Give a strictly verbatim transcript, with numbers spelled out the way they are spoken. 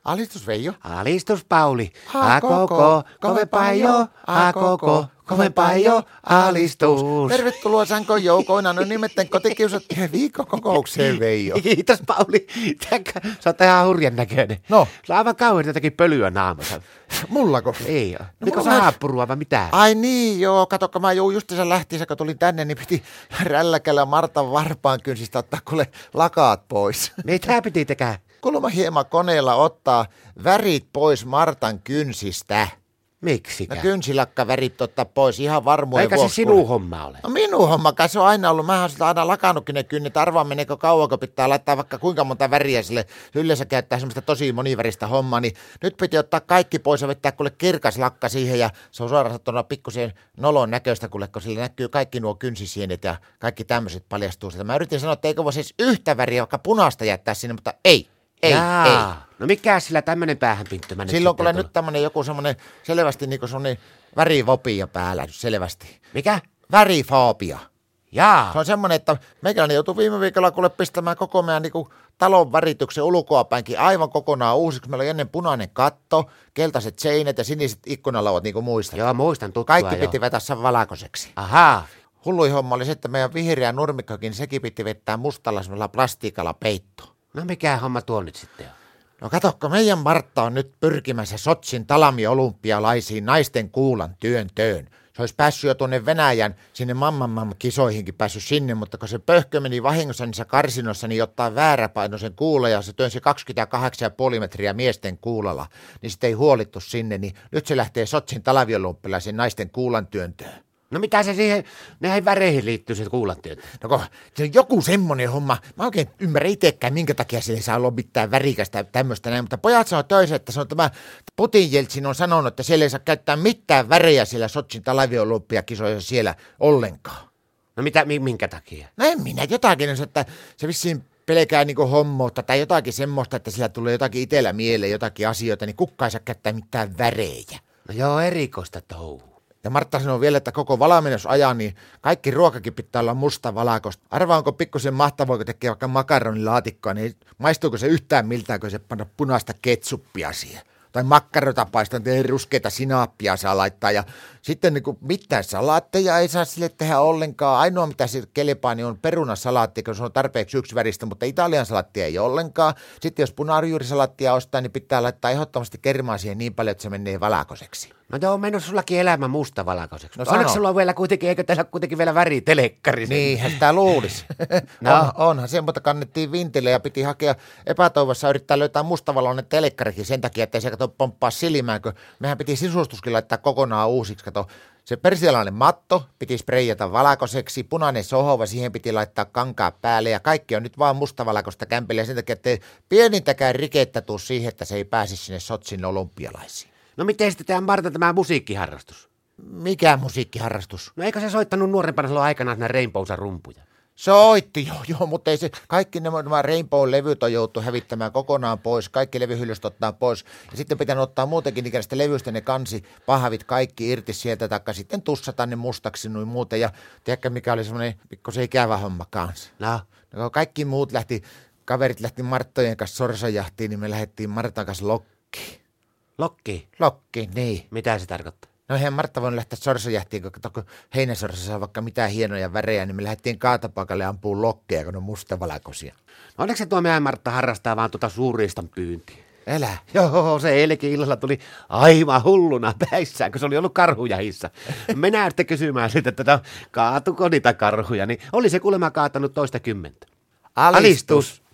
Alistus Veijo. Alistus Pauli. A koko, kovempaa jo, a koko, kovempaa jo, alistus. Tervetuloa Sanko joukoina, no nimetten kotikiusat viikkokokoukseen Veijo. Kiitos Pauli. Täkkä, sä oot ihan hurjan näköinen. No. Sä on aivan kauhean jotakin pölyä naamassa. Mullako? Ei oo. No, Mikko mulla- saapurua vai mitä? Ai niin, joo, kato, kun mä juu justiinsa lähtiessä, kun tulin tänne, niin piti rälläkällä Martan varpaan kynsistä ottaa kuule lakaat pois. Mitä piti tekää? Kulma hieman koneella ottaa värit pois Martan kynsistä. Miksikä? No kynsilakka värit ottaa pois ihan varmuuden Eikä se vuoksi. sinun homma ole. No minun homma, kai se on aina ollut. Mä oon sitä aina lakannutkin ne kynnet. Arvaa meneekö kauan, kun pitää laittaa vaikka kuinka monta väriä sille. Yleensä käyttää semmoista tosi moniväristä hommaa, niin nyt piti ottaa kaikki pois ja vettää kuule kirkas lakka siihen. Ja se on suoraan sanottuna pikkusen nolon näköistä, kuule, kun sillä näkyy kaikki nuo kynsisienet ja kaikki tämmöiset paljastuu sieltä. Mä yritin sanoa, että eikö voisi edes yhtä väriä, vaikka punaista jättää sinne, mutta ei. Ei, Jaa. ei. No mikä sillä tämmönen päähänpinttymä nyt Silloin sitten kuule on nyt tämmönen joku semmonen selvästi niinku semmonen värifobia päällä, selvästi. Mikä? Värifobia. Jaa. Se on semmoinen, että meikäläinen joutui viime viikolla kuule pistämään koko meidän niin talon värityksen ulkoapäinkin aivan kokonaan uusiksi. Meillä oli ennen punainen katto, keltaiset seinät ja siniset ikkunalauat, niin kuin muistat. Joo, muistan tuttua. Kaikki jo. piti vetää sen valkoiseksi. Ahaa. Hulluin homma oli se, että meidän vihreä nurmikkokin, sekin piti vettää mustalla semmoisella plastiikalla peitto. No mikä homma tuo nyt sitten on? No katokko, meidän Martta on nyt pyrkimässä Sotsin talami-olympialaisiin naisten kuulan työntöön. Se olisi päässyt jo tuonne Venäjän, sinne mamman mamma kisoihinkin päässyt sinne, mutta kun se pöhkö meni vahingossa niissä karsinoissa, niin ottaa vääräpainoisen kuulan ja se työnsi kaksikymmentäkahdeksan pilkku viisi metriä miesten kuulalla, niin sitten ei huolittu sinne, niin nyt se lähtee Sotsin talviolympialaisiin naisten kuulan työntöön. No mitä se siihen, näihin väreihin liittyy se kuulantyöt? No kun se on joku semmonen homma, mä oikein ymmärrän itsekään, minkä takia sille saa olla mitään värikästä tämmöistä näin, mutta pojat sanoo töissä, että se on tämä Putin Jeltsin on sanonut, että siellä ei saa käyttää mitään värejä siellä Sotsin talviolympiakisoissa siellä ollenkaan. No mitä, mi- minkä takia? No en minä jotakin, että se vissiin pelkää niinku hommoutta tai jotakin semmoista, että sillä tulee jotakin itsellä mieleen jotakin asioita, niin kukaan ei saa käyttää mitään värejä. No joo, erikoista touhua. Ja Martta sanoi vielä, että koko valmennusajan, niin kaikki ruokakin pitää olla musta valakosta. Arvaa, onko pikkusen mahtavaa, kun tekee vaikka makaronilaatikkoa, niin maistuuko se yhtään miltään, kun se panna punaista ketsuppia siihen. Tai makkarota paistaa, ei ruskeita sinaappia saa laittaa. Ja sitten niin kuin mitään salaatteja ei saa sille tehdä ollenkaan. Ainoa, mitä se kelpaa, niin on perunasalaatti, kun se on tarpeeksi yksiväristä, mutta italian salaattia ei ollenkaan. Sitten jos punaryysalaattia ostaa, niin pitää laittaa ehdottomasti kermaa siihen niin paljon, että se menee valakoseksi. No joo, mennyt sullakin elämä mustavalkoiseksi. No No onneksi sano. sulla on vielä kuitenkin, eikö teillä kuitenkin vielä väritelekkari? Niinhän sitä luulisi. No. on, onhan se, mutta kannettiin vintille ja piti hakea epätoivossa yrittää löytää mustavaloinen telekkarikin sen takia, ettei se kato pomppaa silmään, kun mehän piti sisustuskin laittaa kokonaan uusiksi. Kato, se persialainen matto piti spreijata valkoiseksi, punainen sohova, siihen piti laittaa kankaa päälle ja kaikki on nyt vaan mustavalkoista kämpillä ja sen takia, ettei pienintäkään rikettä tuu siihen, että se ei pääsisi sinne Sotsin olympialaisiin. No miten sitten teidän Marta tämä musiikkiharrastus? Mikä musiikkiharrastus? No eikö se soittanut nuorempana silloin aikanaan nämä Rainbowsa rumpuja? Soitti, joo, joo, mutta ei se, kaikki nämä, nämä Rainbow-levyt on joutu hävittämään kokonaan pois, kaikki levyhyllystä ottaa pois, ja sitten pitää ottaa muutenkin niitä näistä levyistä ne kansi, pahvit kaikki irti sieltä, taikka sitten tussata ne mustaksi noin muuten, ja tiedätkö mikä oli semmoinen pikkusen ikävä homma kanssa. No, No, kaikki muut lähti, kaverit lähti Marttojen kanssa sorsajahtiin, niin me lähdettiin Martan kanssa lokkiin. Lokki. Lokkiin, niin. Mitä se tarkoittaa? No eihän Martta voinut lähteä sorsajahtiin, kun, kun heinäsorsa saa vaikka mitään hienoja värejä, niin me lähdettiin kaatopaikalle ampuun lokkeja, kun ne on mustavalkoisia. No onneksi se tuo meidän Martta harrastaa vaan tuota suuristan pyyntiä. Elä. Joo, se eilenkin illalla tuli aivan hulluna päissään, kun se oli ollut karhujahissa. Mennään sitten kysymään sitten, että kaatuko niitä karhuja, niin oli se kuulemma kaatanut toista kymmentä. Alistus.